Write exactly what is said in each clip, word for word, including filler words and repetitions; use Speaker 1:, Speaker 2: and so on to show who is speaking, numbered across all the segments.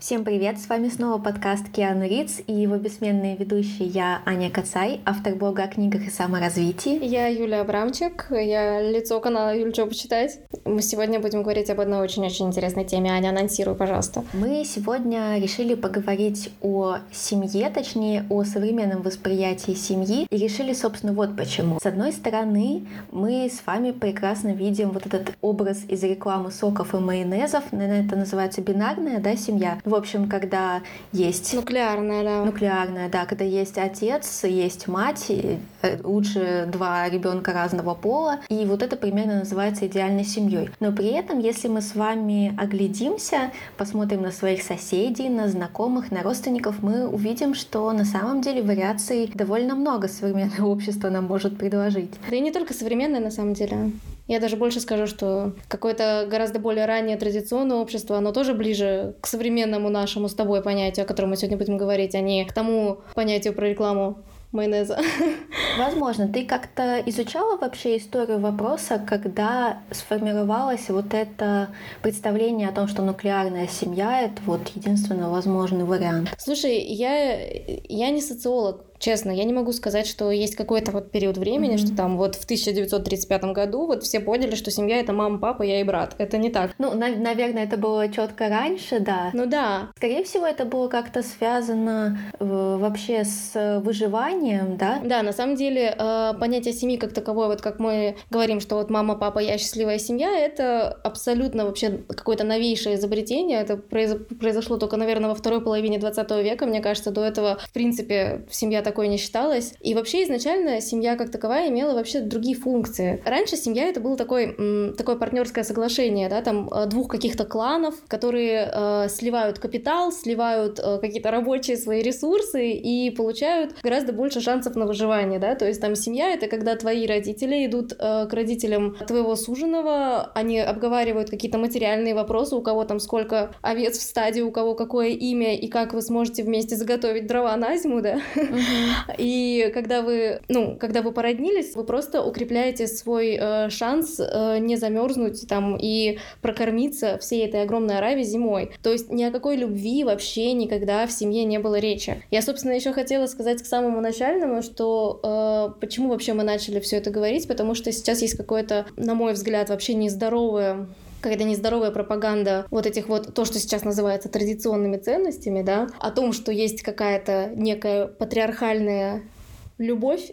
Speaker 1: Всем привет, с вами снова подкаст Киану Ривз и его бессменные ведущие я, Аня Кацай, автор блога о книгах и саморазвитии.
Speaker 2: Я Юлия Абрамчик, я лицо канала Юль, что почитать. Мы сегодня будем говорить об одной очень-очень интересной теме. Аня, анонсируй, пожалуйста.
Speaker 1: Мы сегодня решили поговорить о семье, точнее, о современном восприятии семьи, и решили, собственно, вот почему. С одной стороны, мы с вами прекрасно видим вот этот образ из рекламы соков и майонезов, наверное, это называется бинарная, да, семья. В общем, когда есть...
Speaker 2: Нуклеарная, да.
Speaker 1: Нуклеарная, да, когда есть отец, есть мать, лучше два ребенка разного пола, и вот это примерно называется идеальной семьей. Но при этом, если мы с вами оглядимся, посмотрим на своих соседей, на знакомых, на родственников, мы увидим, что на самом деле вариаций довольно много современное общество нам может предложить.
Speaker 2: Да и не только современное, на самом деле. Я даже больше скажу, что какое-то гораздо более раннее традиционное общество, оно тоже ближе к современному нашему с тобой понятию, о котором мы сегодня будем говорить, а не к тому понятию про рекламу майонеза.
Speaker 1: Возможно. Ты как-то изучала вообще историю вопроса, когда сформировалось вот это представление о том, что нуклеарная семья — это вот единственно возможный вариант?
Speaker 2: Слушай, я, я не социолог. Честно, я не могу сказать, что есть какой-то вот период времени, mm-hmm. что там вот в тысяча девятьсот тридцать пятом году вот все поняли, что семья — это мама, папа, я и брат. Это не так.
Speaker 1: Ну, на- наверное, это было четко раньше, да.
Speaker 2: Ну да.
Speaker 1: Скорее всего, это было как-то связано э, вообще с выживанием, да?
Speaker 2: Да, на самом деле э, понятие семьи как таковое, вот как мы говорим, что вот мама, папа, я счастливая семья, это абсолютно вообще какое-то новейшее изобретение. Это произ- произошло только, наверное, во второй половине двадцатого века. Мне кажется, до этого, в принципе, семья такой не считалась. И вообще изначально семья как таковая имела вообще другие функции. Раньше семья — это было такое, м, такое партнерское соглашение, да, там двух каких-то кланов, которые э, сливают капитал, сливают э, какие-то рабочие свои ресурсы и получают гораздо больше шансов на выживание, да, то есть там семья — это когда твои родители идут э, к родителям твоего суженого, они обговаривают какие-то материальные вопросы, у кого там сколько овец в стаде, у кого какое имя и как вы сможете вместе заготовить дрова на зиму, да. И когда вы, ну, когда вы породнились, вы просто укрепляете свой э, шанс э, не замерзнуть там и прокормиться всей этой огромной ораве зимой. То есть ни о какой любви вообще никогда в семье не было речи. Я, собственно, еще хотела сказать к самому начальному, что э, почему вообще мы начали все это говорить, потому что сейчас есть какое-то, на мой взгляд, вообще нездоровое какая-то нездоровая пропаганда вот этих вот, то, что сейчас называется традиционными ценностями, да, о том, что есть какая-то некая патриархальная любовь,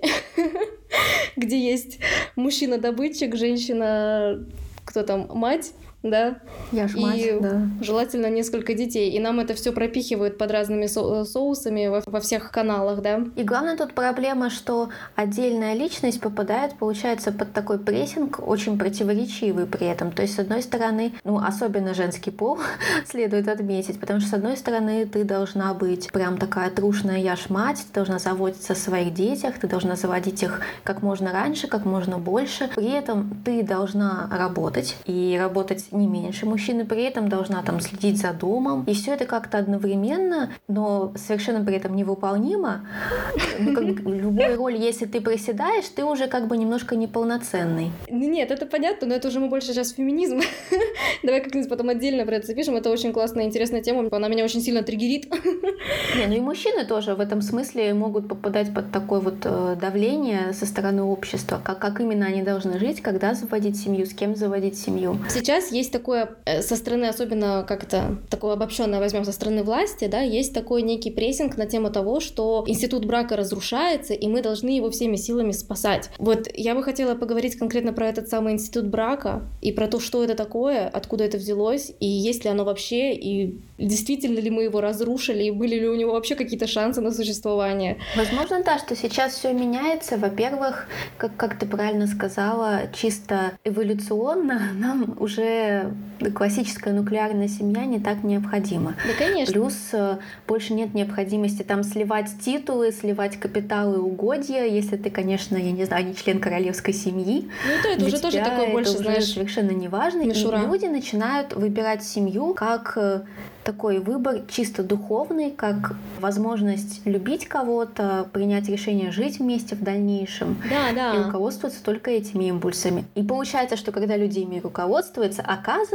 Speaker 2: где есть мужчина-добытчик, женщина, кто там, мать, да,
Speaker 1: Я ж мать,
Speaker 2: и
Speaker 1: да.
Speaker 2: желательно несколько детей. И нам это все пропихивают под разными со- соусами во, во всех каналах, да.
Speaker 1: И главная тут проблема, что отдельная личность попадает, получается, под такой прессинг, очень противоречивый при этом. То есть, с одной стороны, ну, особенно женский пол следует отметить, потому что, с одной стороны, ты должна быть прям такая трушная я ж мать, ты должна заботиться о своих детях, ты должна заводить их как можно раньше, как можно больше. При этом ты должна работать, и работать не меньше мужчины, при этом должна там следить за домом. И все это как-то одновременно, но совершенно при этом невыполнимо. Ну, как бы, в любой роли, если ты приседаешь, ты уже как бы немножко неполноценный.
Speaker 2: Нет, это понятно, но это уже мы больше сейчас феминизм. Давай как-нибудь потом отдельно про это запишем. Это очень классная, интересная тема. Она меня очень сильно триггерит.
Speaker 1: Не, ну и мужчины тоже в этом смысле могут попадать под такое вот давление со стороны общества. Как, как именно они должны жить, когда заводить семью, с кем заводить семью.
Speaker 2: Сейчас есть такое со стороны, особенно как-то такое обобщенное возьмем со стороны власти, да, есть такой некий прессинг на тему того, что институт брака разрушается, и мы должны его всеми силами спасать. Вот я бы хотела поговорить конкретно про этот самый институт брака и про то, что это такое, откуда это взялось, и есть ли оно вообще, и действительно ли мы его разрушили, и были ли у него вообще какие-то шансы на существование.
Speaker 1: Возможно, да, что сейчас все меняется. Во-первых, как, как ты правильно сказала, чисто эволюционно нам уже классическая нуклеарная семья не так необходима.
Speaker 2: Да, конечно.
Speaker 1: Плюс больше нет необходимости там сливать титулы, сливать капиталы, угодья, если ты, конечно, я не знаю, не член королевской семьи.
Speaker 2: Ну, это, это уже тоже такое больше,
Speaker 1: это
Speaker 2: знаешь,
Speaker 1: уже совершенно неважно.
Speaker 2: мишура.
Speaker 1: И люди начинают выбирать семью как такой выбор чисто духовный, как возможность любить кого-то, принять решение жить вместе в дальнейшем.
Speaker 2: Да, да.
Speaker 1: И руководствоваться только этими импульсами. И получается, что когда люди ими руководствуются, оказывается,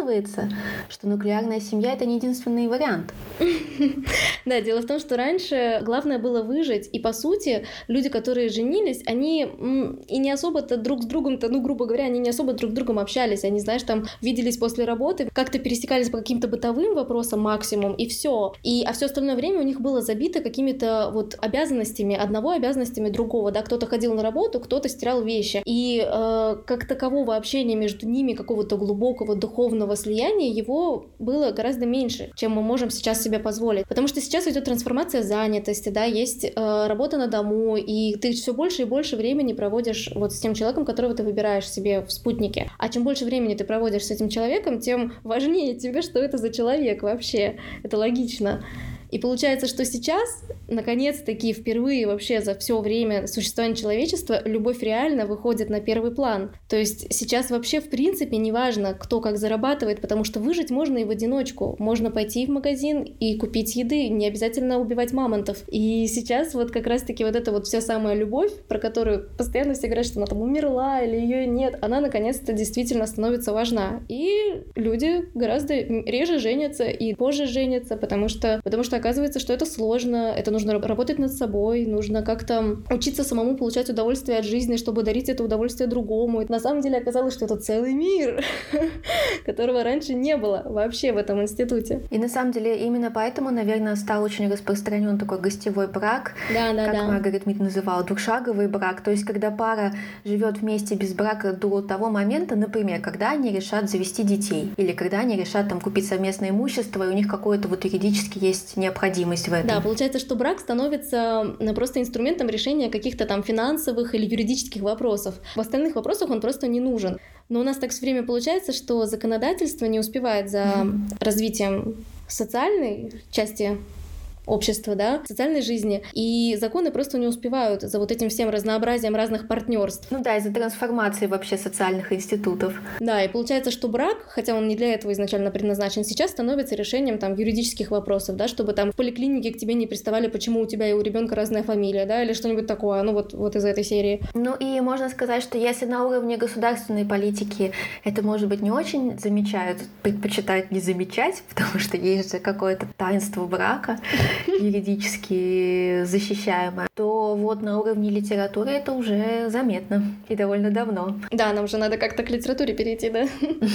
Speaker 1: оказывается, что нуклеарная семья — это не единственный вариант.
Speaker 2: Да, дело в том, что раньше главное было выжить, и по сути люди, которые женились, они и не особо-то друг с другом-то, ну, грубо говоря, они не особо друг с другом общались, они, знаешь, там виделись после работы, как-то пересекались по каким-то бытовым вопросам максимум, и все. И, а все остальное время у них было забито какими-то вот обязанностями, одного обязанностями другого, да, кто-то ходил на работу, кто-то стирал вещи. И э, как такового общения между ними, какого-то глубокого духовного слияния, его было гораздо меньше, чем мы можем сейчас себе позволить. Потому что сейчас идет трансформация занятости, да, есть э, работа на дому, и ты все больше и больше времени проводишь вот с тем человеком, которого ты выбираешь себе в спутнике. А чем больше времени ты проводишь с этим человеком, тем важнее тебе, что это за человек вообще. Это логично. И получается, что сейчас, наконец-таки, впервые вообще за все время существования человечества любовь реально выходит на первый план. То есть сейчас вообще, в принципе, не важно, кто как зарабатывает, потому что выжить можно и в одиночку. Можно пойти в магазин и купить еды, не обязательно убивать мамонтов. И сейчас вот как раз-таки вот эта вот вся самая любовь, про которую постоянно все говорят, что она там умерла или ее нет, она наконец-то действительно становится важна. И люди гораздо реже женятся и позже женятся, потому что, потому что оказывается, что это сложно, это нужно работать над собой, нужно как-то учиться самому получать удовольствие от жизни, чтобы дарить это удовольствие другому. И на самом деле оказалось, что это целый мир, которого раньше не было вообще в этом институте.
Speaker 1: И на самом деле именно поэтому, наверное, стал очень распространен такой гостевой брак,
Speaker 2: да, да,
Speaker 1: как
Speaker 2: да.
Speaker 1: Маргарет Мид называла, двухшаговый брак. То есть когда пара живет вместе без брака до того момента, например, когда они решат завести детей, или когда они решат там купить совместное имущество, и у них какое-то вот юридически есть необходимость необходимость в этом.
Speaker 2: Да, получается, что брак становится просто инструментом решения каких-то там финансовых или юридических вопросов. В остальных вопросах он просто не нужен. Но у нас так все время получается, что законодательство не успевает за mm-hmm. развитием социальной части общества, да, социальной жизни, и законы просто не успевают за вот этим всем разнообразием разных партнерств.
Speaker 1: Ну да, из-за трансформации вообще социальных институтов.
Speaker 2: Да, и получается, что брак, хотя он не для этого изначально предназначен, сейчас становится решением там юридических вопросов, да, чтобы там в поликлинике к тебе не приставали, почему у тебя и у ребенка разная фамилия, да, или что-нибудь такое, ну вот, вот из этой серии.
Speaker 1: Ну и можно сказать, что если на уровне государственной политики это, может быть, не очень замечают, предпочитают не замечать, потому что есть же какое-то таинство брака, юридически защищаемое, то вот на уровне литературы это уже заметно и довольно давно.
Speaker 2: Да, нам же надо как-то к литературе перейти, да?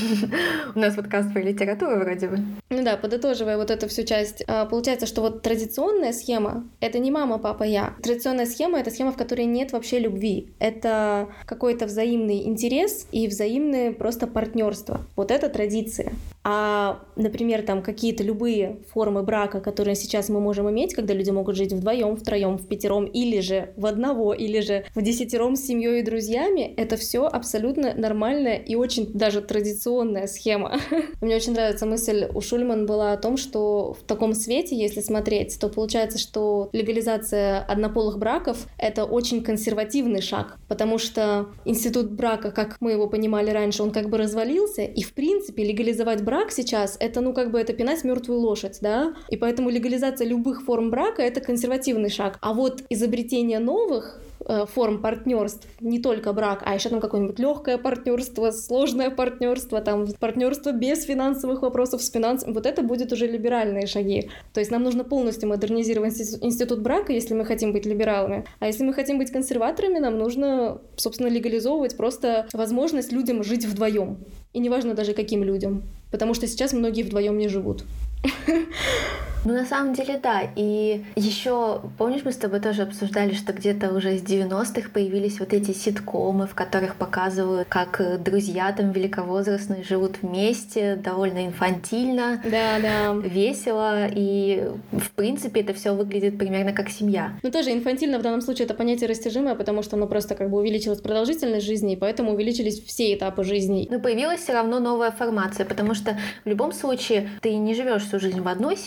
Speaker 1: У нас подкаст про литературу вроде бы.
Speaker 2: Ну да, подытоживая вот эту всю часть, получается, что вот традиционная схема — это не мама, папа, я. Традиционная схема — это схема, в которой нет вообще любви. Это какой-то взаимный интерес и взаимное просто партнерство. Вот это традиция. А, например, там какие-то любые формы брака, которые сейчас мы можем иметь, когда люди могут жить вдвоем, втроем, в пятером, или же в одного, или же в десятером с семьей и друзьями, это все абсолютно нормальная и очень даже традиционная схема. Мне очень нравится мысль у Шульман была о том, что в таком свете, если смотреть, то получается, что легализация однополых браков — это очень консервативный шаг, потому что институт брака, как мы его понимали раньше, он как бы развалился, и в принципе легализовать брак Брак сейчас — это, ну, как бы это пинать мертвую лошадь, да, и поэтому легализация любых форм брака — это консервативный шаг. А вот изобретение новых э, форм партнерств, не только брак, а еще там какое-нибудь легкое партнерство, сложное партнерство, там партнерство без финансовых вопросов, с финансами, вот это будет уже либеральные шаги. То есть нам нужно полностью модернизировать институт брака, если мы хотим быть либералами. А если мы хотим быть консерваторами, нам нужно, собственно, легализовывать просто возможность людям жить вдвоем. И неважно даже каким людям. Потому что сейчас многие вдвоем не живут.
Speaker 1: Ну, на самом деле, да. И еще, помнишь, мы с тобой тоже обсуждали, что где-то уже с девяностых появились вот эти ситкомы, в которых показывают, как друзья там великовозрастные живут вместе, довольно инфантильно,
Speaker 2: да, да.
Speaker 1: весело. И, в принципе, это все выглядит примерно как семья.
Speaker 2: Ну, тоже инфантильно в данном случае это понятие растяжимое, потому что оно просто как бы увеличилась продолжительность жизни, и поэтому увеличились все этапы жизни.
Speaker 1: Но появилась все равно новая формация, потому что в любом случае ты не живешь всю жизнь в одной семье,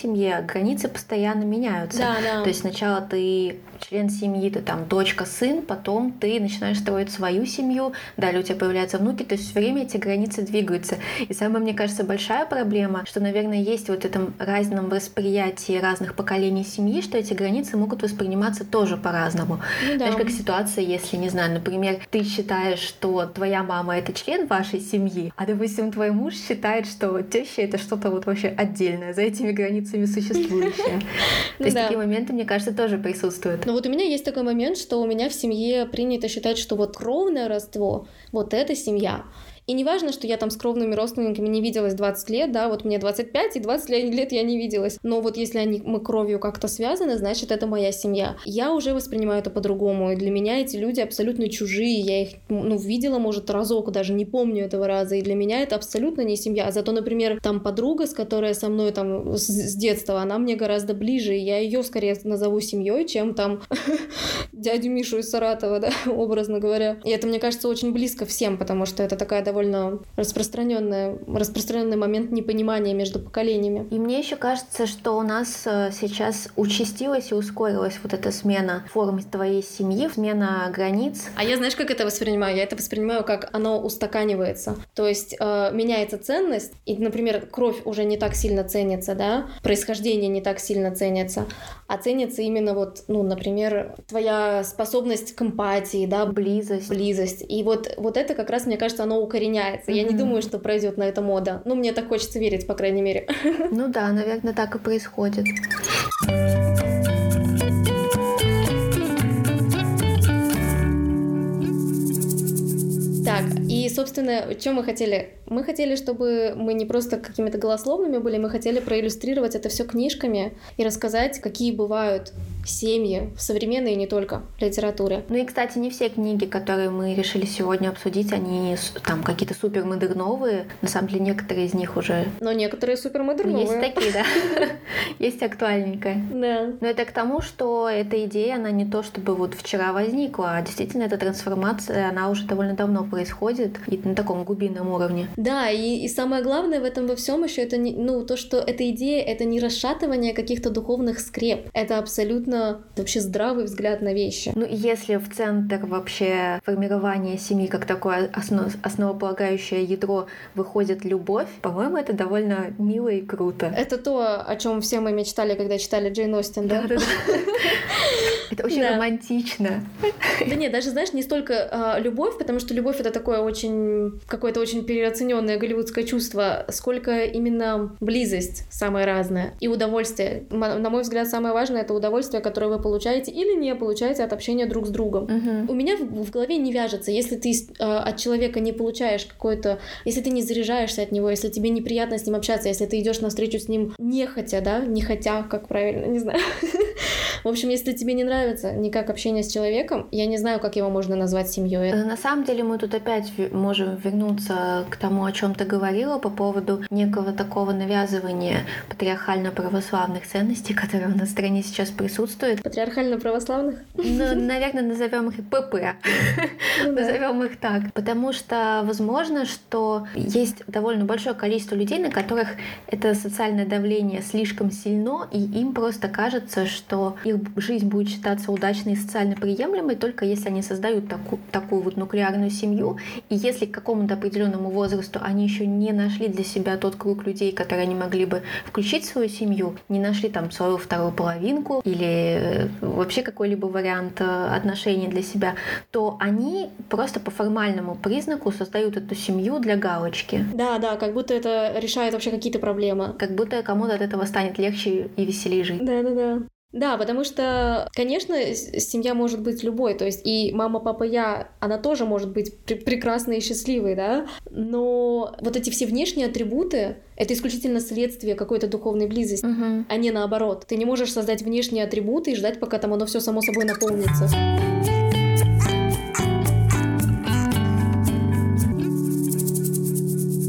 Speaker 1: границы постоянно меняются.
Speaker 2: Да, да.
Speaker 1: То есть сначала ты член семьи, ты там дочка, сын, потом ты начинаешь строить свою семью, далее у тебя появляются внуки, то есть все время эти границы двигаются. И самая, мне кажется, большая проблема, что, наверное, есть вот в этом разном восприятии разных поколений семьи, что эти границы могут восприниматься тоже по-разному.
Speaker 2: Ну, да.
Speaker 1: Знаешь, как ситуация, если, не знаю, например, ты считаешь, что твоя мама — это член вашей семьи, а, допустим, твой муж считает, что теща — это что-то вот вообще отдельное, за этими границами существующее. То есть такие моменты, мне кажется, тоже присутствуют.
Speaker 2: Но вот у меня есть такой момент, что у меня в семье принято считать, что вот кровное родство, вот это семья. И не важно, что я там с кровными родственниками не виделась двадцать лет, да, вот мне двадцать пять, и двадцать лет я не виделась. Но вот если они, мы кровью как-то связаны, значит, это моя семья. Я уже воспринимаю это по-другому, и для меня эти люди абсолютно чужие. Я их, ну, видела, может, разок, даже не помню этого раза, и для меня это абсолютно не семья. Зато, например, там подруга, с которой со мной там с, с детства, она мне гораздо ближе, и я ее скорее назову семьей, чем там дядю Мишу из Саратова, да, образно говоря. И это, мне кажется, очень близко всем, потому что это такая довольно распространенная, распространенный момент непонимания между поколениями.
Speaker 1: И мне еще кажется, что у нас сейчас участилась и ускорилась вот эта смена форм твоей семьи, смена границ.
Speaker 2: А я, знаешь, как это воспринимаю? Я это воспринимаю, как оно устаканивается. То есть э, меняется ценность, и, например, кровь уже не так сильно ценится, да, происхождение не так сильно ценится, а ценится именно вот, ну, например, твоя способность к эмпатии, да,
Speaker 1: близость.
Speaker 2: близость. И вот, вот это как раз, мне кажется, оно укореняется. Mm-hmm. Я не думаю, что пройдет на это мода. Ну, мне так хочется верить, по крайней мере.
Speaker 1: Ну да, наверное, так и происходит.
Speaker 2: Так, и, собственно, что мы хотели? Мы хотели, чтобы мы не просто какими-то голословными были, мы хотели проиллюстрировать это все книжками и рассказать, какие бывают семьи в современной и не только литературе.
Speaker 1: Ну и, кстати, не все книги, которые мы решили сегодня обсудить, они там какие-то супермодерновые. На самом деле, некоторые из них уже...
Speaker 2: Но некоторые супермодерновые.
Speaker 1: Есть такие, да. Есть актуальненькая.
Speaker 2: Да.
Speaker 1: Но это к тому, что эта идея, она не то чтобы вот вчера возникла, а действительно эта трансформация, она уже довольно давно происходит и на таком глубинном уровне.
Speaker 2: Да, и, и самое главное в этом во всем еще это не, ну, то, что эта идея — это не расшатывание каких-то духовных скреп. Это абсолютно вообще здравый взгляд на вещи.
Speaker 1: Ну, если в центр вообще формирования семьи как такое основ, основополагающее ядро выходит любовь, по-моему, это довольно мило и круто.
Speaker 2: Это то, о чем все мы мечтали, когда читали Джейн Остин, да?
Speaker 1: Да-да-да. Это очень романтично.
Speaker 2: Да нет, даже, знаешь, не столько любовь, потому что любовь — это такое очень, какое-то очень переоцененное голливудское чувство, сколько именно близость самая разная и удовольствие. На мой взгляд, самое важное — это удовольствие, которое вы получаете или не получаете от общения друг с другом.
Speaker 1: Угу.
Speaker 2: У меня в, в голове не вяжется, если ты э, от человека не получаешь какой-то, если ты не заряжаешься от него, если тебе неприятно с ним общаться, если ты идешь навстречу с ним нехотя, да, не хотя, как правильно, не знаю. В общем, если тебе не нравится никак общение с человеком, я не знаю, как его можно назвать семьей.
Speaker 1: На самом деле мы тут опять можем вернуться к тому, о чем ты говорила по поводу некого такого навязывания патриархально-православных ценностей, которые у нас в стране сейчас присутствуют.
Speaker 2: Патриархально-православных?
Speaker 1: Ну, наверное, назовем их ПП. Назовем их так. Потому что возможно, что есть довольно большое количество людей, на которых это социальное давление слишком сильно, и им просто кажется, что их жизнь будет считаться удачной и социально приемлемой только если они создают таку, такую вот нуклеарную семью, и если к какому-то определенному возрасту они еще не нашли для себя тот круг людей, которые они могли бы включить в свою семью, не нашли там свою вторую половинку или вообще какой-либо вариант отношений для себя, то они просто по формальному признаку создают эту семью для галочки.
Speaker 2: Да, да, как будто это решает вообще какие-то проблемы.
Speaker 1: Как будто кому-то от этого станет легче и веселее жить.
Speaker 2: Да, да, да. Да, потому что, конечно, семья может быть любой, то есть и мама, папа, я, она тоже может быть пр- прекрасной и счастливой, да, но вот эти все внешние атрибуты — это исключительно следствие какой-то духовной близости,
Speaker 1: угу.
Speaker 2: а не наоборот. Ты не можешь создать внешние атрибуты и ждать, пока там оно все само собой наполнится. Ну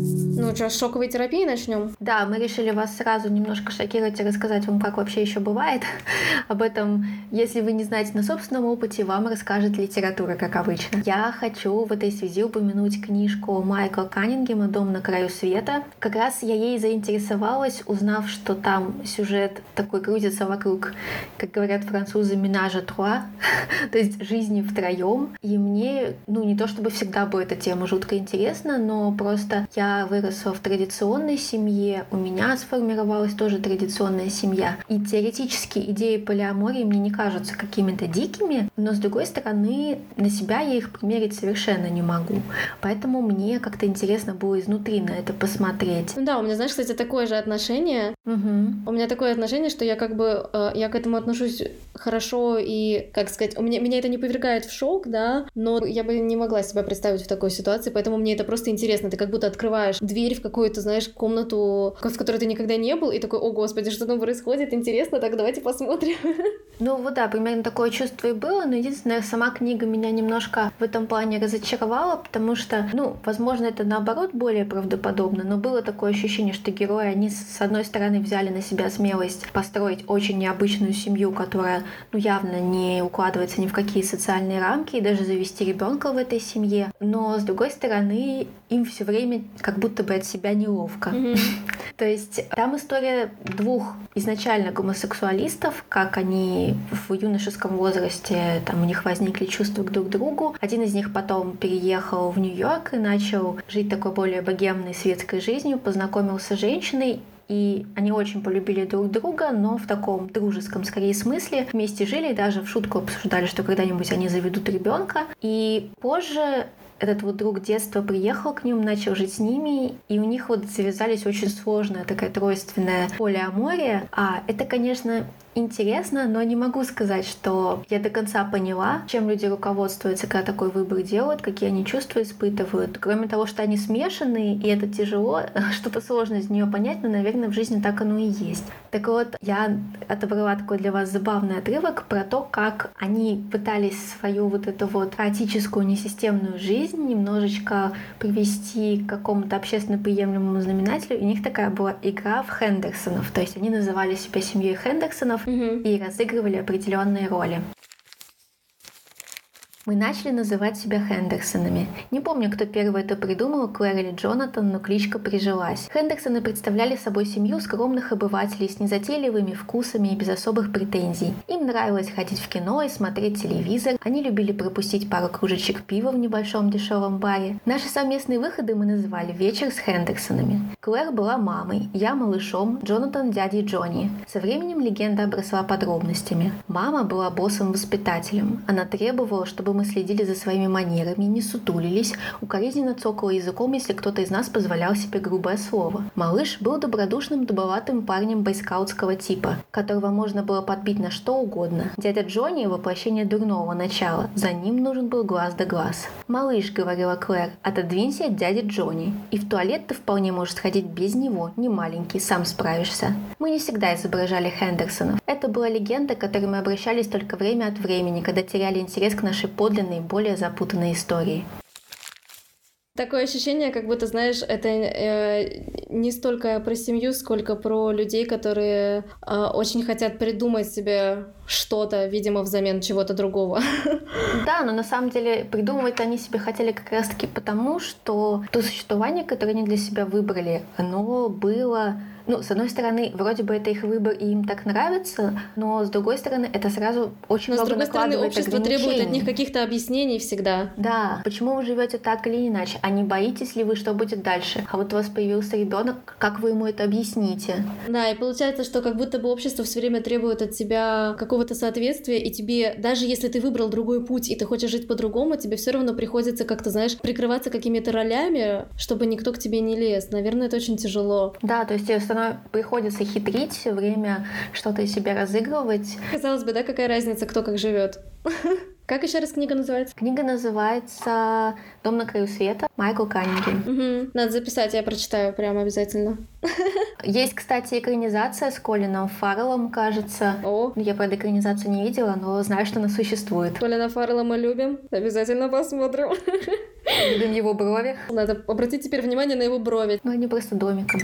Speaker 2: Ну что, с шоковой терапии начнем?
Speaker 1: Да, мы решили вас сразу немножко шокировать и рассказать вам, как вообще еще бывает. Об этом, если вы не знаете на собственном опыте, вам расскажет литература, как обычно. Я хочу в этой связи упомянуть книжку Майкла Каннингема «Дом на краю света». Как раз я ей заинтересовалась, узнав, что там сюжет такой крутится вокруг, как говорят французы, «менажа труа», то есть жизни втроем. И мне, ну, не то чтобы всегда была эта тема жутко интересна, но просто я выросла в традиционной семье, у меня сформировалась тоже традиционная семья. И теоретически идеи полиамории мне не кажутся какими-то дикими, но с другой стороны, на себя я их примерить совершенно не могу. Поэтому мне как-то интересно было изнутри на это посмотреть.
Speaker 2: Да, у меня, знаешь, кстати, такое же отношение.
Speaker 1: Угу.
Speaker 2: У меня такое отношение, что я как бы, э, я к этому отношусь хорошо и, как сказать, у меня, меня это не повергает в шок, да, но я бы не могла себя представить в такой ситуации, поэтому мне это просто интересно. Ты как будто открываешь дверь в какую-то, знаешь, комнату, в которой ты никогда не был, и такой: о, господи, что там происходит, интересно, так давайте посмотрим.
Speaker 1: Ну вот да, примерно такое чувство и было, но единственное, сама книга меня немножко в этом плане разочаровала, потому что, ну, возможно, это наоборот более правдоподобно, но было такое ощущение, что герои, они с одной стороны взяли на себя смелость построить очень необычную семью, которая, ну, явно не укладывается ни в какие социальные рамки, и даже завести ребенка в этой семье, но с другой стороны, им все время как будто бы от себя неловко. Mm-hmm. То есть там история двух изначально гомосексуалистов, как они в юношеском возрасте, там у них возникли чувства друг к другу. Один из них потом переехал в Нью-Йорк и начал жить такой более богемной светской жизнью, познакомился с женщиной, и они очень полюбили друг друга, но в таком дружеском, скорее, смысле. Вместе жили и даже в шутку обсуждали, что когда-нибудь они заведут ребенка. И позже этот вот друг детства приехал к ним, начал жить с ними, и у них вот завязались очень сложная такая тройственная полиамория. А это, конечно, интересно, но не могу сказать, что я до конца поняла, чем люди руководствуются, когда такой выбор делают, какие они чувства испытывают. Кроме того, что они смешанные, и это тяжело, что-то сложно из нее понять, но, наверное, в жизни так оно и есть. Так вот, я отобрала такой для вас забавный отрывок про то, как они пытались свою вот эту вот хаотическую, несистемную жизнь немножечко привести к какому-то общественно приемлемому знаменателю. У них такая была игра в Хендерсонов, то есть они называли себя семьей Хендерсонов, Mm-hmm. и разыгрывали определенные роли. Мы начали называть себя Хендерсонами. Не помню, кто первый это придумал, Клэр или Джонатан, но кличка прижилась. Хендерсоны представляли собой семью скромных обывателей с незатейливыми вкусами и без особых претензий. Им нравилось ходить в кино и смотреть телевизор. Они любили пропустить пару кружечек пива в небольшом дешевом баре. Наши совместные выходы мы называли «Вечер с Хендерсонами». Клэр была мамой, я малышом, Джонатан дядей Джонни. Со временем легенда обросла подробностями. Мама была боссом-воспитателем. Она требовала, чтобы мы следили за своими манерами, не сутулились, укоризненно цокала языком, если кто-то из нас позволял себе грубое слово. Малыш был добродушным, дубоватым парнем бойскаутского типа, которого можно было подбить на что угодно. Дядя Джонни — воплощение дурного начала, за ним нужен был глаз да глаз. «Малыш», — говорила Клэр, — «отодвинься от дяди Джонни, и в туалет ты вполне можешь сходить без него, не маленький, сам справишься». Мы не всегда изображали Хендерсонов. Это была легенда, к которой мы обращались только время от времени, когда теряли интерес к нашей подлинной, более запутанной истории.
Speaker 2: Такое ощущение, как будто, знаешь, это э, не столько про семью, сколько про людей, которые э, очень хотят придумать себе что-то, видимо, взамен чего-то другого.
Speaker 1: Да, но на самом деле придумывать они себе хотели как раз-таки потому, что то существование, которое они для себя выбрали, оно было... Ну, с одной стороны, вроде бы это их выбор, и им так нравится, но с другой стороны, это сразу очень
Speaker 2: но
Speaker 1: много
Speaker 2: накладывает ограничений. Но с другой стороны, общество требует от них каких-то объяснений всегда.
Speaker 1: Да, почему вы живете так или иначе? А не боитесь ли вы, что будет дальше? А вот у вас появился ребенок, как вы ему это объясните?
Speaker 2: Да, и получается, что как будто бы общество все время требует от тебя какого-то соответствия, и тебе, даже если ты выбрал другой путь, и ты хочешь жить по-другому, тебе все равно приходится как-то, знаешь, прикрываться какими-то ролями, чтобы никто к тебе не лез. Наверное, это очень тяжело.
Speaker 1: Да, то есть тебе приходится хитрить все время, что-то из себя разыгрывать.
Speaker 2: Казалось бы, да, какая разница, кто как живет. Как еще раз книга называется?
Speaker 1: Книга называется «Дом на краю света», Майкл Каннингем.
Speaker 2: Угу. Надо записать, я прочитаю прямо обязательно.
Speaker 1: Есть, кстати, экранизация с Колином Фарреллом, кажется.
Speaker 2: О.
Speaker 1: Я, правда, экранизацию не видела, но знаю, что она существует.
Speaker 2: Колина Фаррелла мы любим. Обязательно посмотрим.
Speaker 1: Видим его брови.
Speaker 2: Надо обратить теперь внимание на его брови.
Speaker 1: Ну, они просто домиком.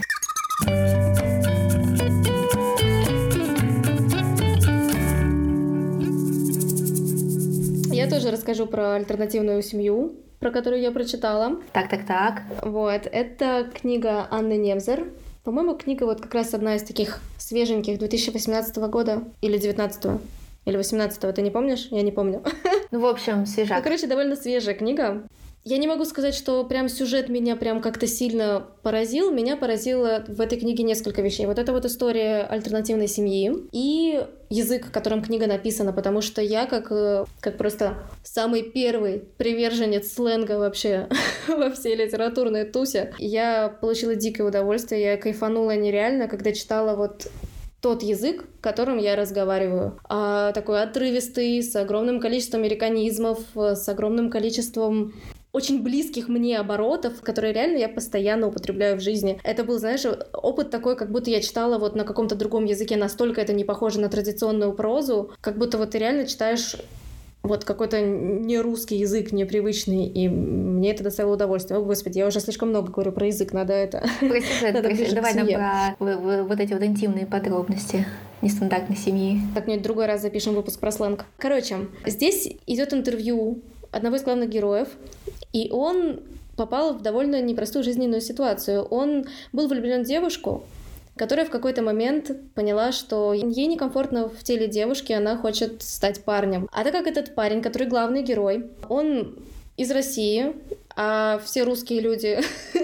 Speaker 2: Я тоже расскажу про альтернативную семью, про которую я прочитала.
Speaker 1: Так-так-так.
Speaker 2: Вот, это книга Анны Невзер. По-моему, книга вот как раз одна из таких свеженьких две тысячи восемнадцатого года или девятнадцатого. Или восемнадцатого, ты не помнишь? Я не помню.
Speaker 1: Ну, в общем, свежак.
Speaker 2: Ну, короче, довольно свежая книга. Я не могу сказать, что прям сюжет меня прям как-то сильно поразил. Меня поразило в этой книге несколько вещей. Вот это вот история альтернативной семьи и язык, которым книга написана, потому что я как, как просто самый первый приверженец сленга вообще во всей литературной тусе, я получила дикое удовольствие, я кайфанула нереально, когда читала вот тот язык, которым я разговариваю. А, такой отрывистый, с огромным количеством американизмов, с огромным количеством очень близких мне оборотов, которые реально я постоянно употребляю в жизни. Это был, знаешь, опыт такой, как будто я читала вот на каком-то другом языке, настолько это не похоже на традиционную прозу, как будто вот ты реально читаешь вот какой-то не русский язык, непривычный, и мне это доставило удовольствие. О, Господи, я уже слишком много говорю про язык, надо это...
Speaker 1: Прости, прости, давай нам про вот эти вот интимные подробности нестандартной семьи.
Speaker 2: Как-нибудь другой раз запишем выпуск про сленг. Короче, здесь идет интервью одного из главных героев, и он попал в довольно непростую жизненную ситуацию. Он был влюблен в девушку, которая в какой-то момент поняла, что ей некомфортно в теле девушки, она хочет стать парнем. А так как этот парень, который главный герой, он из России, а все русские люди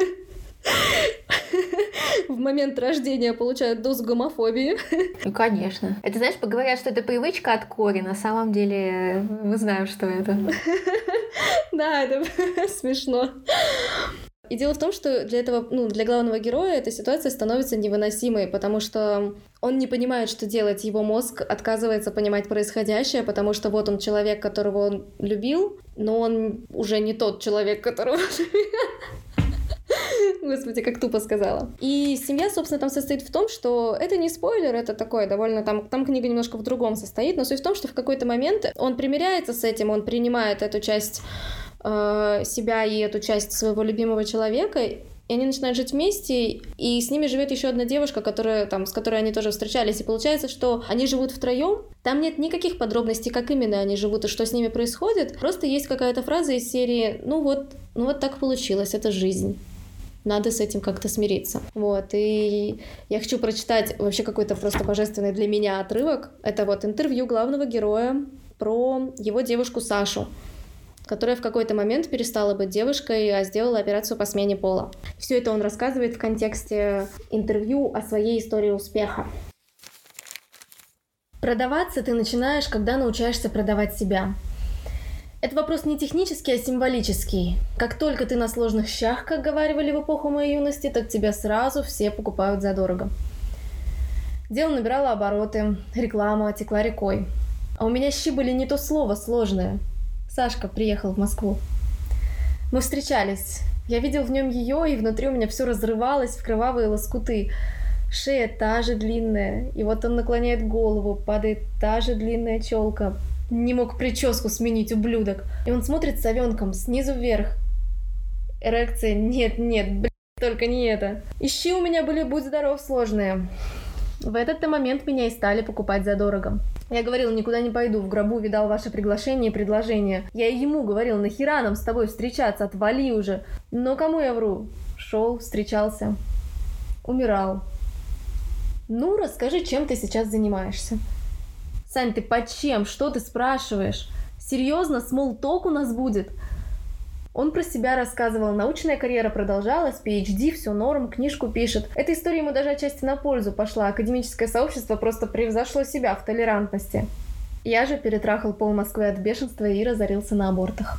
Speaker 2: в момент рождения получают дозу гомофобии.
Speaker 1: Ну, конечно. Это, знаешь, говорят, что это привычка от кори. На самом деле мы знаем, что это.
Speaker 2: Да, это смешно. И дело в том, что для этого, ну, для главного героя эта ситуация становится невыносимой, потому что он не понимает, что делать. Его мозг отказывается понимать происходящее, потому что вот он человек, которого он любил, но он уже не тот человек, которого он любил. Господи, как тупо сказала. И семья, собственно, там состоит в том, что это не спойлер, это такое довольно... Там, там книга немножко в другом состоит, но суть в том, что в какой-то момент он примиряется с этим, он принимает эту часть э, себя и эту часть своего любимого человека, и они начинают жить вместе, и с ними живет еще одна девушка, которая, там, с которой они тоже встречались. И получается, что они живут втроем. Там нет никаких подробностей, как именно они живут и что с ними происходит. Просто есть какая-то фраза из серии «Ну вот, ну вот так получилось, это жизнь». Надо с этим как-то смириться. Вот, и я хочу прочитать вообще какой-то просто божественный для меня отрывок. Это вот интервью главного героя про его девушку Сашу, которая в какой-то момент перестала быть девушкой, а сделала операцию по смене пола. Все это он рассказывает в контексте интервью о своей истории успеха. Продаваться ты начинаешь, когда научаешься продавать себя. Это вопрос не технический, а символический. Как только ты на сложных щах, как говаривали в эпоху моей юности, так тебя сразу все покупают задорого. Дело набирало обороты, реклама текла рекой. А у меня щи были не то слово сложное. Сашка приехал в Москву. Мы встречались. Я видел в нем ее, и внутри у меня все разрывалось в кровавые лоскуты. Шея та же длинная, и вот он наклоняет голову, падает та же длинная челка. Не мог прическу сменить, ублюдок. И он смотрит с совенком снизу вверх. Эрекция, нет, нет, блядь, только не это. Ищи у меня были, будь здоров, сложные. В этот-то момент меня и стали покупать задорого. Я говорил, никуда не пойду, в гробу видал ваше приглашение и предложение. Я и ему говорил, нахера нам с тобой встречаться, отвали уже. Но кому я вру? Шел, встречался, умирал. Ну, расскажи, чем ты сейчас занимаешься. Сань, ты под чем? Что ты спрашиваешь? Серьезно, смолток у нас будет? Он про себя рассказывал. Научная карьера продолжалась, пи эйч ди, все норм, книжку пишет. Эта история ему даже отчасти на пользу пошла. Академическое сообщество просто превзошло себя в толерантности. Я же перетрахал пол Москвы от бешенства и разорился на абортах.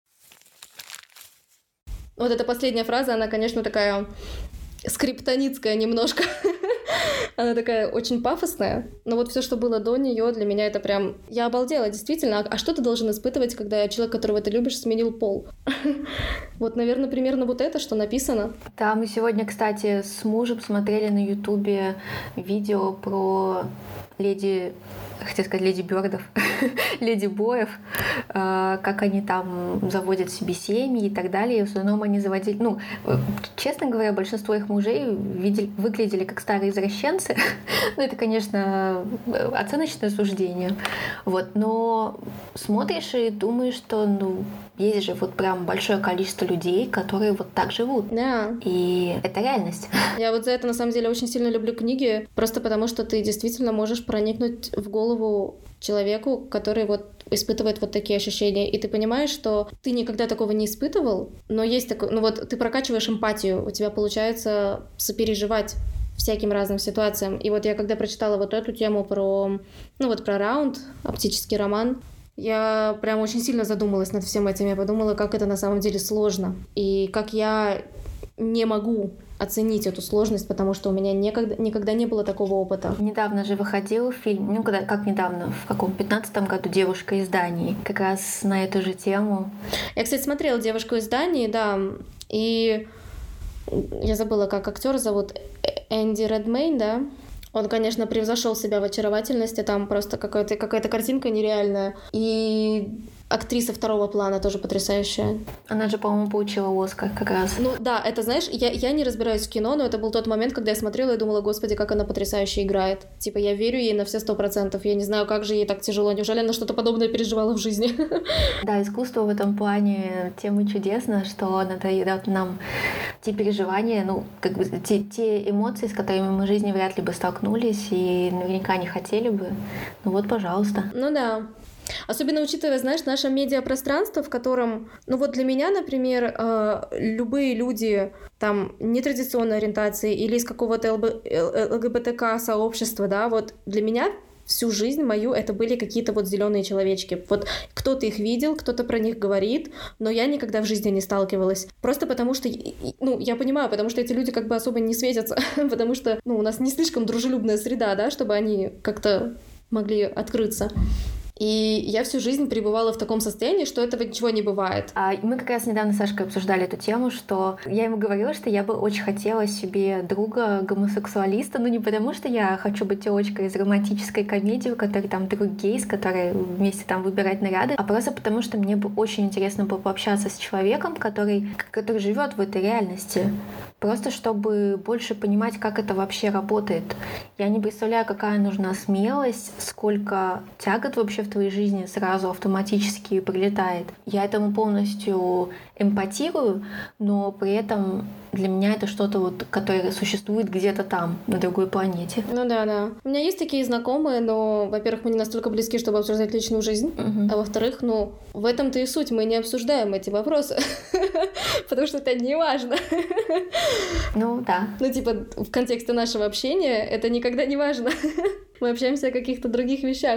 Speaker 2: Вот эта последняя фраза, она, конечно, такая скриптонитская немножко. Она такая очень пафосная, но вот все, что было до нее, для меня это прям... Я обалдела, действительно. А что ты должен испытывать, когда человек, которого ты любишь, сменил пол? Вот, наверное, примерно вот это, что написано.
Speaker 1: Да, мы сегодня, кстати, с мужем смотрели на Ютубе видео про леди, хотела сказать, леди Бёрдов, леди Боев, э, как они там заводят себе семьи и так далее. И в основном они заводили... Ну, честно говоря, большинство их мужей видели, выглядели как старые извращенцы. Ну, это, конечно, оценочное суждение. Вот. Но смотришь и думаешь, что, ну, есть же вот прям большое количество людей, которые вот так живут.
Speaker 2: Да.
Speaker 1: И это реальность.
Speaker 2: Я вот за это, на самом деле, очень сильно люблю книги, просто потому что ты действительно можешь проникнуть в голову человеку, который вот испытывает вот такие ощущения, и ты понимаешь, что ты никогда такого не испытывал, но есть такой, ну вот ты прокачиваешь эмпатию, у тебя получается сопереживать всяким разным ситуациям. И вот я когда прочитала вот эту тему про, ну вот про раунд, оптический роман, я прям очень сильно задумалась над всем этим. Я подумала, как это на самом деле сложно. И как я не могу оценить эту сложность, потому что у меня никогда, никогда не было такого опыта.
Speaker 1: Недавно же выходил фильм, ну когда, как недавно, в каком пятнадцатом году, «Девушка из Дании», как раз на эту же тему.
Speaker 2: Я, кстати, смотрела «Девушку из Дании», да, и я забыла, как актера зовут, Энди Редмейн, да? Он, конечно, превзошел себя в очаровательности, там просто какая-то, какая-то картинка нереальная. И актриса второго плана тоже потрясающая.
Speaker 1: Она же, по-моему, получила Оскар как раз.
Speaker 2: Ну да, это, знаешь, я, я не разбираюсь в кино, но это был тот момент, когда я смотрела и думала, господи, как она потрясающе играет. Типа, я верю ей на все сто процентов. Я не знаю, как же ей так тяжело. Неужели она что-то подобное переживала в жизни?
Speaker 1: Да, искусство в этом плане тем и чудесно, что оно дает нам те переживания, ну, как бы те, те эмоции, с которыми мы в жизни вряд ли бы столкнулись и наверняка не хотели бы. Ну вот, пожалуйста.
Speaker 2: Ну да. Особенно учитывая, знаешь, наше медиапространство, в котором, ну вот для меня, например, э, любые люди там нетрадиционной ориентации или из какого-то ЛГБТК-сообщества, да, вот для меня всю жизнь мою это были какие-то вот зеленые человечки. Вот кто-то их видел, кто-то про них говорит, но я никогда в жизни не сталкивалась. Просто потому что, ну, я понимаю, потому что эти люди как бы особо не светятся, потому что, ну, у нас не слишком дружелюбная среда, да, чтобы они как-то могли открыться. И я всю жизнь пребывала в таком состоянии, что этого ничего не бывает.
Speaker 1: А мы как раз недавно с Сашкой обсуждали эту тему, что я ему говорила, что я бы очень хотела себе друга гомосексуалиста, но не потому, что я хочу быть телочкой из романтической комедии, у которой там друг гей, с которой вместе там выбирать наряды, а просто потому, что мне бы очень интересно было пообщаться с человеком, который, который живет в этой реальности. Просто чтобы больше понимать, как это вообще работает. Я не представляю, какая нужна смелость, сколько тягот вообще в твоей жизни сразу автоматически прилетает. Я этому полностью эмпатирую, но при этом для меня это что-то, вот, которое существует где-то там, на другой планете.
Speaker 2: Ну да, да. У меня есть такие знакомые, но, во-первых, мы не настолько близки, чтобы обсуждать личную жизнь, uh-huh. а во-вторых, ну, в этом-то и суть, мы не обсуждаем эти вопросы, потому что это не важно.
Speaker 1: Ну да.
Speaker 2: Ну типа в контексте нашего общения это никогда не важно. Мы общаемся о каких-то других вещах.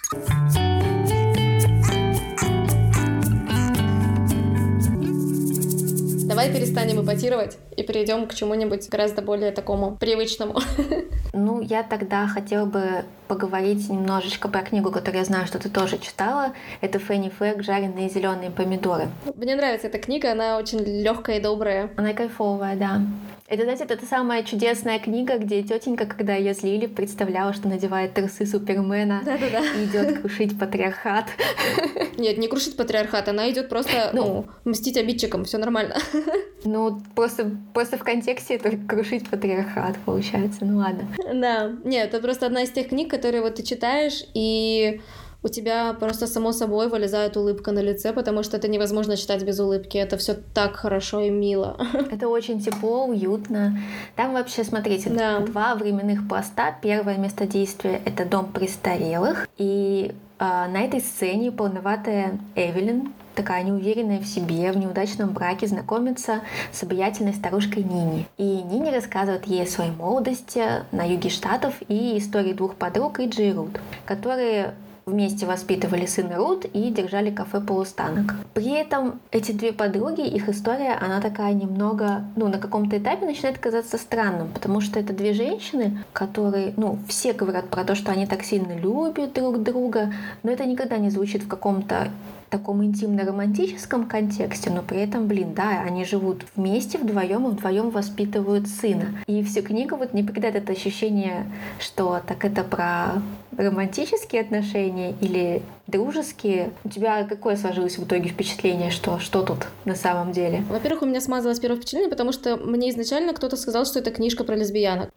Speaker 2: Давай перестанем эпатировать и перейдем к чему-нибудь гораздо более такому привычному.
Speaker 1: Ну, я тогда хотела бы поговорить немножечко про книгу, которую я знаю, что ты тоже читала. Это Фенни Флэг «Жареные зеленые помидоры».
Speaker 2: Мне нравится эта книга, она очень легкая и добрая.
Speaker 1: Она кайфовая, да. Это, знаете, это та самая чудесная книга, где тетенька, когда ее злили, представляла, что надевает трусы Супермена
Speaker 2: Да-да-да.
Speaker 1: и идет крушить патриархат.
Speaker 2: Нет, не крушить патриархат, она идет просто ну, ну, мстить обидчикам, все нормально.
Speaker 1: Ну, просто, просто в контексте это крушить патриархат, получается. Ну ладно.
Speaker 2: Да. Нет, это просто одна из тех книг, которые вот ты читаешь, и у тебя просто само собой вылезает улыбка на лице, потому что это невозможно читать без улыбки. Это все так хорошо и мило.
Speaker 1: Это очень тепло, уютно. Там вообще, смотрите, да. два временных пласта. Первое место действия — это дом престарелых. И э, на этой сцене полноватая Эвелин, такая неуверенная в себе, в неудачном браке, знакомится с обаятельной старушкой Нини. И Нини рассказывает ей о своей молодости на юге Штатов и истории двух подруг, Иджи и Рут, которые вместе воспитывали сына Рут и держали кафе «Полустанок». При этом эти две подруги, их история, она такая немного, ну, на каком-то этапе начинает казаться странным, потому что это две женщины, которые, ну, все говорят про то, что они так сильно любят друг друга, но это никогда не звучит в каком-то таком интимно-романтическом контексте, но при этом, блин, да, они живут вместе вдвоем и вдвоем воспитывают сына. И всю книгу вот не покидает это ощущение, что так это про романтические отношения или дружеские. У тебя какое сложилось в итоге впечатление, что, что тут на самом деле?
Speaker 2: Во-первых, у меня смазалось первое впечатление, потому что мне изначально кто-то сказал, что это книжка про лесбиянок.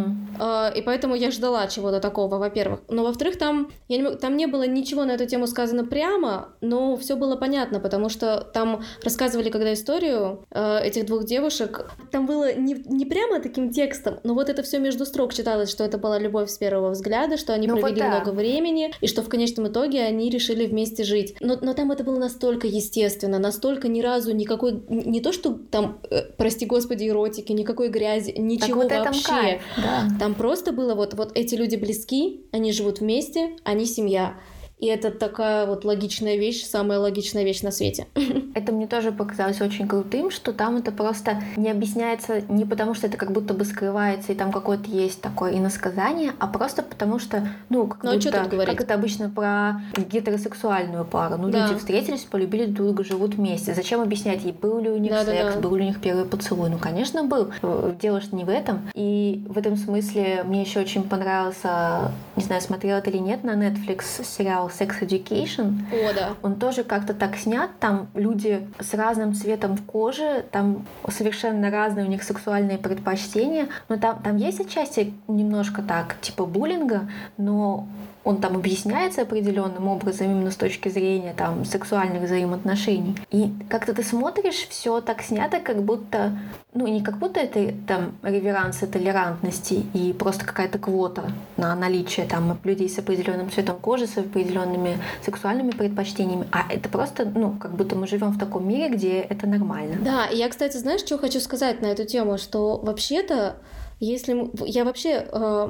Speaker 1: Угу.
Speaker 2: И поэтому я ждала чего-то такого, во-первых. Но во-вторых, там, я не, там не было ничего на эту тему сказано прямо, но все было понятно, потому что там рассказывали, когда историю э, этих двух девушек, там было не, не прямо таким текстом, но вот это все между строк читалось, что это была любовь с первого взгляда, что они ну, провели вот да. много времени, и что в конечном итоге они решили вместе жить. Но, но там это было настолько естественно, настолько ни разу никакой, не то что там, э, прости господи, эротики, никакой грязи, ничего
Speaker 1: вот
Speaker 2: вообще.
Speaker 1: Да.
Speaker 2: Там просто было вот, вот эти люди близки, они живут вместе, они семья. И это такая вот логичная вещь, самая логичная вещь на свете.
Speaker 1: Это мне тоже показалось очень крутым, что там это просто не объясняется не потому, что это как будто бы скрывается, и там какое-то есть такое иносказание, а просто потому что, ну, как,
Speaker 2: ну,
Speaker 1: будто,
Speaker 2: а
Speaker 1: как это обычно про гетеросексуальную пару. Ну, да. Люди встретились, полюбили друг друга, живут вместе. Зачем объяснять ей, был ли у них да, секс, да, да. был ли у них первый поцелуй? Ну, конечно, был. Дело что не в этом. И в этом смысле мне еще очень понравился, не знаю, смотрела ты или нет, на Netflix сериал Sex Education.
Speaker 2: О, да.
Speaker 1: Он тоже как-то так снят. Там люди с разным цветом кожи, там совершенно разные у них сексуальные предпочтения. Но там, там есть отчасти немножко так, типа буллинга, но он там объясняется определенным образом именно с точки зрения там сексуальных взаимоотношений. И как-то ты смотришь, все так снято, как будто, ну не как будто это там реверанс и толерантности и просто какая-то квота на наличие там людей с определенным цветом кожи, с определенными сексуальными предпочтениями, а это просто, ну, как будто мы живем в таком мире, где это нормально.
Speaker 2: Да, и я, кстати, знаешь, что хочу сказать на эту тему, что вообще-то, если я вообще э,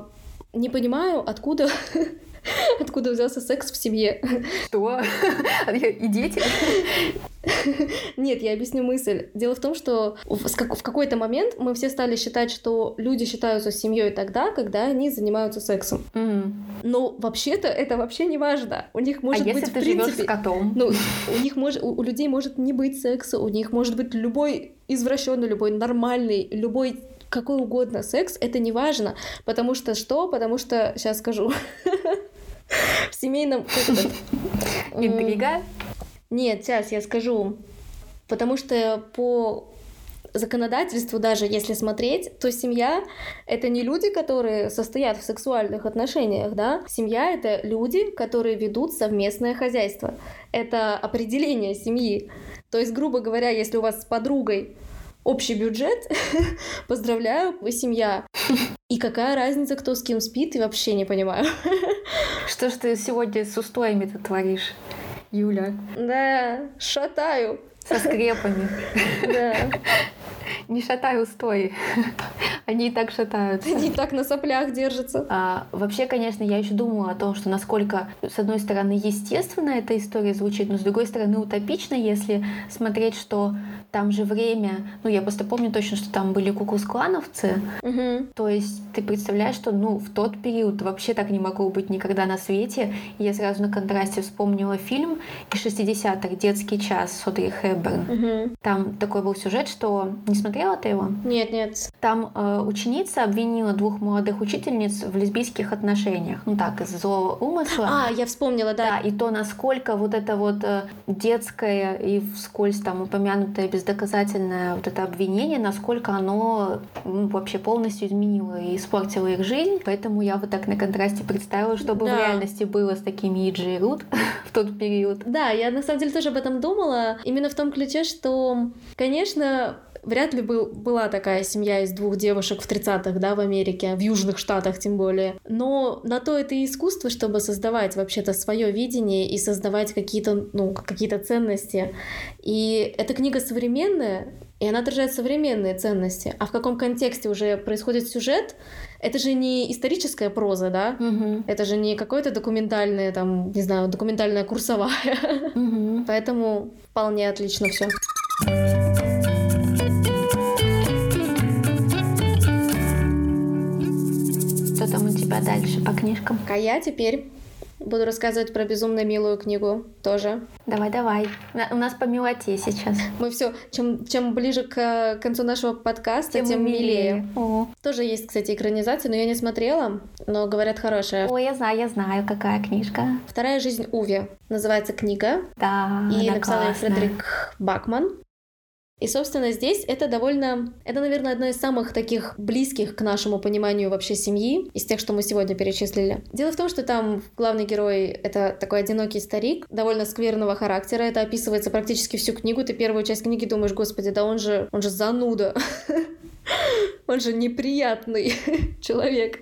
Speaker 2: не понимаю, откуда откуда взялся секс в семье.
Speaker 1: Что? И дети?
Speaker 2: Нет, я объясню мысль. Дело в том, что в, в какой-то момент мы все стали считать, что люди считаются семьей тогда, когда они занимаются сексом.
Speaker 1: Mm.
Speaker 2: Но вообще-то это вообще не важно. У них может
Speaker 1: а
Speaker 2: быть
Speaker 1: если
Speaker 2: в
Speaker 1: ты
Speaker 2: принципе,
Speaker 1: живешь с котом?
Speaker 2: Ну, у них может, у, у людей может не быть секса, у них может быть любой извращенный, любой нормальный, любой какой угодно секс. Это не важно, потому что что? Потому что сейчас скажу. В семейном...
Speaker 1: Интрига?
Speaker 2: Нет, сейчас я скажу. Потому что по законодательству, даже если смотреть, то семья — это не люди, которые состоят в сексуальных отношениях, да? Семья — это люди, которые ведут совместное хозяйство. Это определение семьи. То есть, грубо говоря, если у вас с подругой общий бюджет, поздравляю, вы семья. И какая разница, кто с кем спит, и вообще не понимаю.
Speaker 1: Что ж ты сегодня с устоями-то творишь, Юля?
Speaker 2: Да, шатаю.
Speaker 1: Со скрепами.
Speaker 2: Да.
Speaker 1: Не шатай устои. Они и так шатаются.
Speaker 2: Они и так на соплях держатся.
Speaker 1: А, вообще, конечно, я еще думала о том, что насколько, с одной стороны, естественно эта история звучит, но с другой стороны, утопично, если смотреть, что там же время... Ну, я просто помню точно, что там были куклукс-клановцы.
Speaker 2: Угу.
Speaker 1: То есть ты представляешь, что ну, в тот период вообще так не могло быть никогда на свете. И я сразу на контрасте вспомнила фильм из шестидесятых «Детский час» с Одри Хепберн.
Speaker 2: Угу. Там
Speaker 1: такой был сюжет, что... Не смотрела ты его?
Speaker 2: Нет, нет.
Speaker 1: Там э, ученица обвинила двух молодых учительниц в лесбийских отношениях. Ну так, из злого умысла.
Speaker 2: А, я вспомнила, да.
Speaker 1: Да, и то, насколько вот это вот э, детское и вскользь там упомянутое бездоказательное вот это обвинение, насколько оно ну, вообще полностью изменило и испортило их жизнь. Поэтому я вот так на контрасте представила, что бы да. в реальности было с такими Иджи и Рут в тот период.
Speaker 2: Да, я на самом деле тоже об этом думала. Именно в том ключе, что, конечно, вряд ли был, была такая семья из двух девушек в тридцатых, да, в Америке, в Южных Штатах тем более. Но на то это и искусство, чтобы создавать вообще-то свое видение и создавать какие-то, ну, какие-то ценности. И эта книга современная, и она отражает современные ценности. А в каком контексте уже происходит сюжет, это же не историческая проза, да?
Speaker 1: Угу.
Speaker 2: Это же не какое-то документальное, там, не знаю, документальная курсовая.
Speaker 1: Угу.
Speaker 2: Поэтому вполне отлично все.
Speaker 1: Что там у тебя дальше по книжкам?
Speaker 2: А я теперь буду рассказывать про безумно милую книгу тоже.
Speaker 1: Давай, давай. У нас по милоте сейчас.
Speaker 2: Мы все, чем, чем ближе к концу нашего подкаста, тем, тем милее. милее.
Speaker 1: О.
Speaker 2: Тоже есть, кстати, экранизация, но я не смотрела, но говорят, хорошая.
Speaker 1: Ой, я знаю, я знаю, какая книжка.
Speaker 2: «Вторая жизнь Уви» называется книга.
Speaker 1: Да,
Speaker 2: и
Speaker 1: она
Speaker 2: написал ее
Speaker 1: классная.
Speaker 2: Фредерик Бакман. И, собственно, здесь это довольно... Это, наверное, одна из самых таких близких к нашему пониманию вообще семьи, из тех, что мы сегодня перечислили. Дело в том, что там главный герой — это такой одинокий старик, довольно скверного характера. Это описывается практически всю книгу. Ты первую часть книги думаешь, господи, да он же, он же зануда. Он же неприятный человек.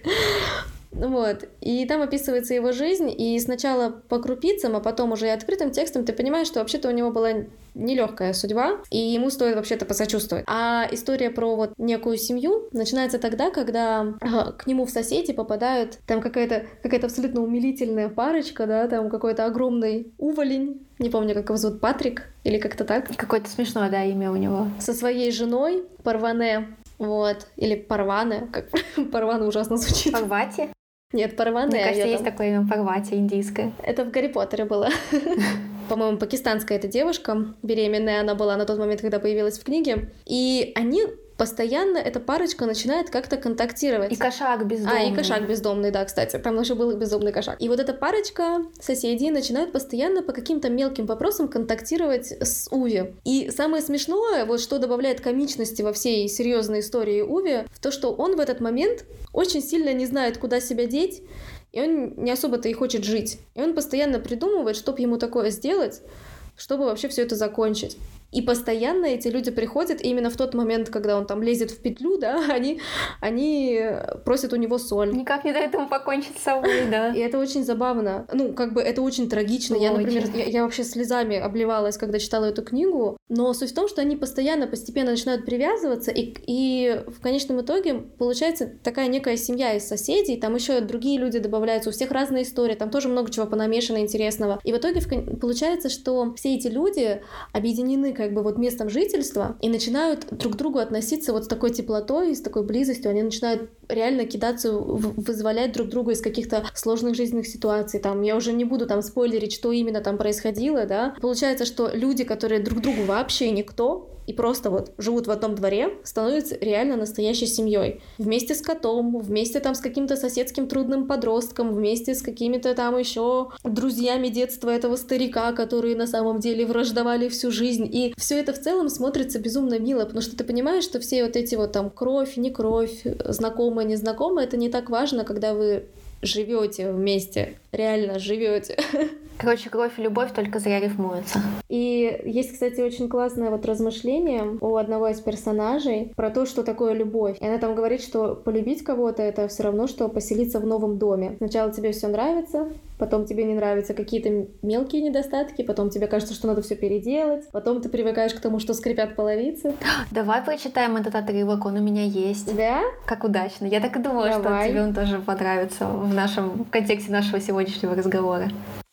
Speaker 2: Вот. И там описывается его жизнь, и сначала по крупицам, а потом уже и открытым текстом ты понимаешь, что вообще-то у него была нелегкая судьба, и ему стоит вообще-то посочувствовать. А история про вот некую семью начинается тогда, когда ага, к нему в соседи попадают там какая-то, какая-то абсолютно умилительная парочка, да, там какой-то огромный уволень, не помню, как его зовут, Патрик, или как-то так.
Speaker 1: Какое-то смешное, да, имя у него.
Speaker 2: Со своей женой, Парване, вот, или Парване, как Парване ужасно звучит.
Speaker 1: Парвати?
Speaker 2: Нет, Парване.
Speaker 1: Мне кажется, есть
Speaker 2: там...
Speaker 1: такое имя Парвати, индийское.
Speaker 2: Это в Гарри Поттере было. По-моему, пакистанская эта девушка, беременная она была на тот момент, когда появилась в книге. И они постоянно, эта парочка начинает как-то контактировать.
Speaker 1: И кошак бездомный.
Speaker 2: А, и кошак бездомный, да, кстати. Там еще был бездомный кошак. И вот эта парочка соседей начинает постоянно по каким-то мелким вопросам контактировать с Уви. И самое смешное, вот что добавляет комичности во всей серьезной истории Уви, в то, что он в этот момент очень сильно не знает, куда себя деть, и он не особо-то и хочет жить. И он постоянно придумывает, чтобы ему такое сделать, чтобы вообще все это закончить. И постоянно эти люди приходят, и именно в тот момент, когда он там лезет в петлю, да, они, они просят у него соль.
Speaker 1: Никак не дают ему покончить с собой, да.
Speaker 2: И это очень забавно. Ну, как бы это очень трагично. Я, например, я, я вообще слезами обливалась, когда читала эту книгу. Но суть в том, что они постоянно, постепенно начинают привязываться, и, и в конечном итоге получается такая некая семья из соседей. Там еще другие люди добавляются, у всех разные истории, там тоже много чего понамешано интересного. И в итоге получается, что все эти люди объединены как бы вот местом жительства и начинают друг к другу относиться вот с такой теплотой, с такой близостью. Они начинают реально кидаться, вызволять друг друга из каких-то сложных жизненных ситуаций. Там, я уже не буду там спойлерить, что именно там происходило, да. Получается, что люди, которые друг другу вообще никто, и просто вот живут в одном дворе, становятся реально настоящей семьей. Вместе с котом, вместе там с каким-то соседским трудным подростком, вместе с какими-то там еще друзьями детства этого старика, которые на самом деле враждовали всю жизнь. И все это в целом смотрится безумно мило, потому что ты понимаешь, что все вот эти вот там кровь, не кровь, знакомые, незнакомые, это не так важно, когда вы живете вместе, реально живете.
Speaker 1: Короче, кровь и любовь только зря рифмуются.
Speaker 2: И есть, кстати, очень классное вот размышление у одного из персонажей про то, что такое любовь. И она там говорит, что полюбить кого-то — это все равно, что поселиться в новом доме. Сначала тебе все нравится, потом тебе не нравятся какие-то мелкие недостатки, потом тебе кажется, что надо все переделать, потом ты привыкаешь к тому, что скрипят половицы.
Speaker 1: Давай прочитаем этот отрывок, он у меня есть.
Speaker 2: Да?
Speaker 1: Как удачно. Я так и думала, Давай. Что тебе он тоже понравится в нашем в контексте нашего сегодняшнего разговора.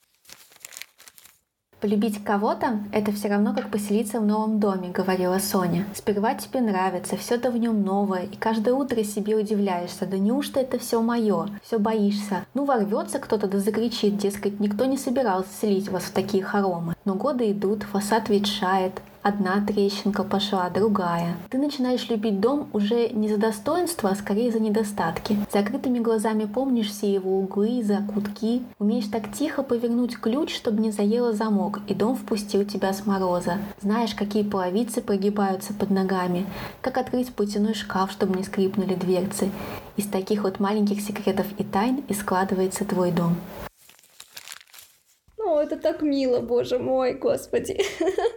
Speaker 1: «Полюбить кого-то — это все равно, как поселиться в новом доме», — говорила Соня. «Сперва тебе нравится, все-то в нем новое, и каждое утро себе удивляешься, да неужто это все мое? Все боишься. Ну, ворвется кто-то да закричит, дескать, никто не собирался селить вас в такие хоромы. Но годы идут, фасад ветшает, одна трещинка пошла, другая. Ты начинаешь любить дом уже не за достоинство, а скорее за недостатки. Закрытыми глазами помнишь все его углы, закутки. Умеешь так тихо повернуть ключ, чтобы не заело замок, и дом впустил тебя с мороза. Знаешь, какие половицы прогибаются под ногами, как открыть платяной шкаф, чтобы не скрипнули дверцы. Из таких вот маленьких секретов и тайн и складывается твой дом».
Speaker 2: О, это так мило, боже мой, господи.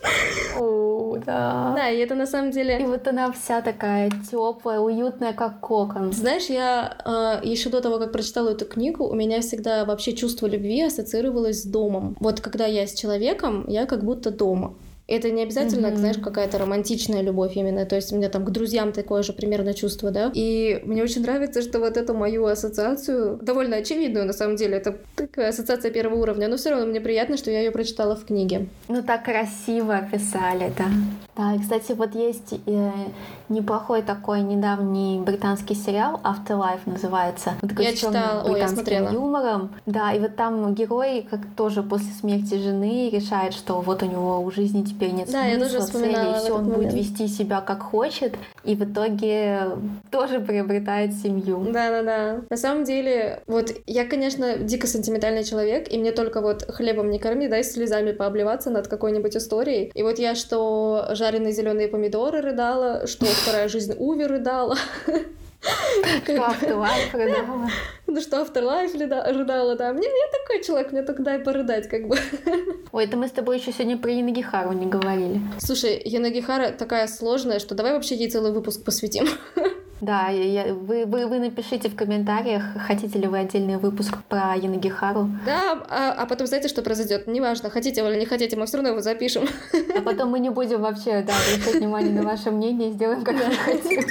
Speaker 1: О, да.
Speaker 2: Да, и это на самом деле...
Speaker 1: И вот она вся такая теплая, уютная, как кокон.
Speaker 2: Знаешь, я э, еще до того, как прочитала эту книгу, у меня всегда вообще чувство любви ассоциировалось с домом. Вот когда я с человеком, я как будто дома. Это не обязательно, mm-hmm. знаешь, какая-то романтичная любовь именно. То есть у меня там к друзьям такое же примерно чувство, да. И мне очень нравится, что вот эту мою ассоциацию, довольно очевидную на самом деле, это такая ассоциация первого уровня, но все равно мне приятно, что я ее прочитала в книге.
Speaker 1: Ну так красиво описали, да. Да, и, кстати, вот есть э, неплохой такой недавний британский сериал Afterlife называется. Вот такой
Speaker 2: я читала, ой, я смотрела.
Speaker 1: Юмором. Да, и вот там герой как тоже после смерти жены решает, что вот у него у жизни теперь теперь нет
Speaker 2: да,
Speaker 1: смысла, цели, и все, он
Speaker 2: момент.
Speaker 1: будет вести себя как хочет, и в итоге тоже приобретает семью.
Speaker 2: Да-да-да. На самом деле, вот я, конечно, дико сентиментальный человек, и мне только вот хлебом не корми, дай слезами пообливаться над какой-нибудь историей. И вот я что жареные зеленые помидоры рыдала, что вторая жизнь Уви рыдала.
Speaker 1: Что Afterlife рыдала.
Speaker 2: Ну что Afterlife рыдала, да. Мне я такой человек, мне только дай порыдать, как бы.
Speaker 1: Ой, это мы с тобой еще сегодня про Янагихару не говорили.
Speaker 2: Слушай, Янагихара такая сложная, что давай вообще ей целый выпуск посвятим.
Speaker 1: Да, я, вы, вы, вы напишите в комментариях, хотите ли вы отдельный выпуск про Янагихару.
Speaker 2: Да, а, а потом знаете, что произойдет? Неважно, хотите вы или не хотите, мы все равно его запишем.
Speaker 1: А потом мы не будем вообще, да, обращать внимание на ваше мнение, сделаем, как мы хотим.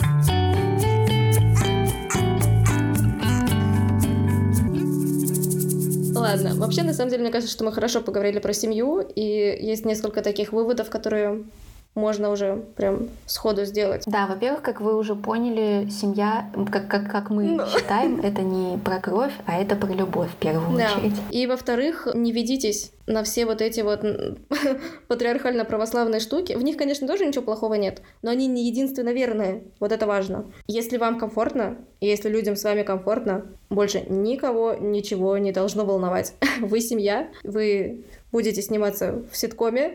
Speaker 2: Ладно, вообще, на самом деле, мне кажется, что мы хорошо поговорили про семью, и есть несколько таких выводов, которые можно уже прям сходу сделать.
Speaker 1: Да, во-первых, как вы уже поняли, семья, как, как, как мы no. считаем, это не про кровь, а это про любовь в первую
Speaker 2: да.
Speaker 1: очередь.
Speaker 2: И во-вторых, не ведитесь на все вот эти вот патриархально-православные штуки. В них, конечно, тоже ничего плохого нет, но они не единственно верные. Вот это важно. Если вам комфортно, и если людям с вами комфортно, больше никого ничего не должно волновать. Вы семья, вы будете сниматься в ситкоме.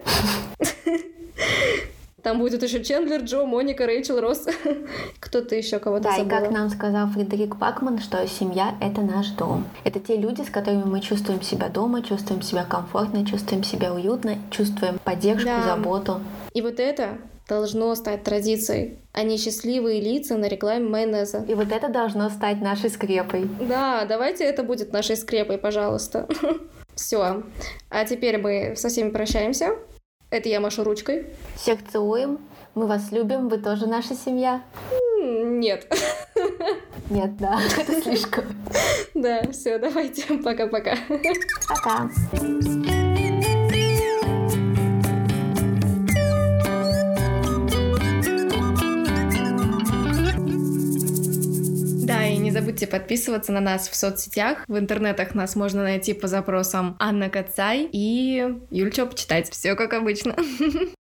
Speaker 2: Там будет еще Чендлер, Джо, Моника, Рэйчел, Росс. Кто-то еще кого-то
Speaker 1: да,
Speaker 2: забыла.
Speaker 1: Да, и как нам сказал Фредерик Бакман, что семья — это наш дом. Это те люди, с которыми мы чувствуем себя дома, чувствуем себя комфортно, чувствуем себя уютно, чувствуем поддержку, да. заботу.
Speaker 2: И вот это должно стать традицией, а не счастливые лица на рекламе майонеза.
Speaker 1: И вот это должно стать нашей скрепой.
Speaker 2: Да, давайте это будет нашей скрепой, пожалуйста. Все. А теперь мы со всеми прощаемся. Это я машу ручкой.
Speaker 1: Всех целуем. Мы вас любим. Вы тоже наша семья.
Speaker 2: Нет.
Speaker 1: Нет, да. Это слишком.
Speaker 2: Да, все, давайте. Пока-пока.
Speaker 1: Пока.
Speaker 2: Да, и не забудьте подписываться на нас в соцсетях. В интернетах нас можно найти по запросам Анна Кацай и Юльча почитать. Все как обычно.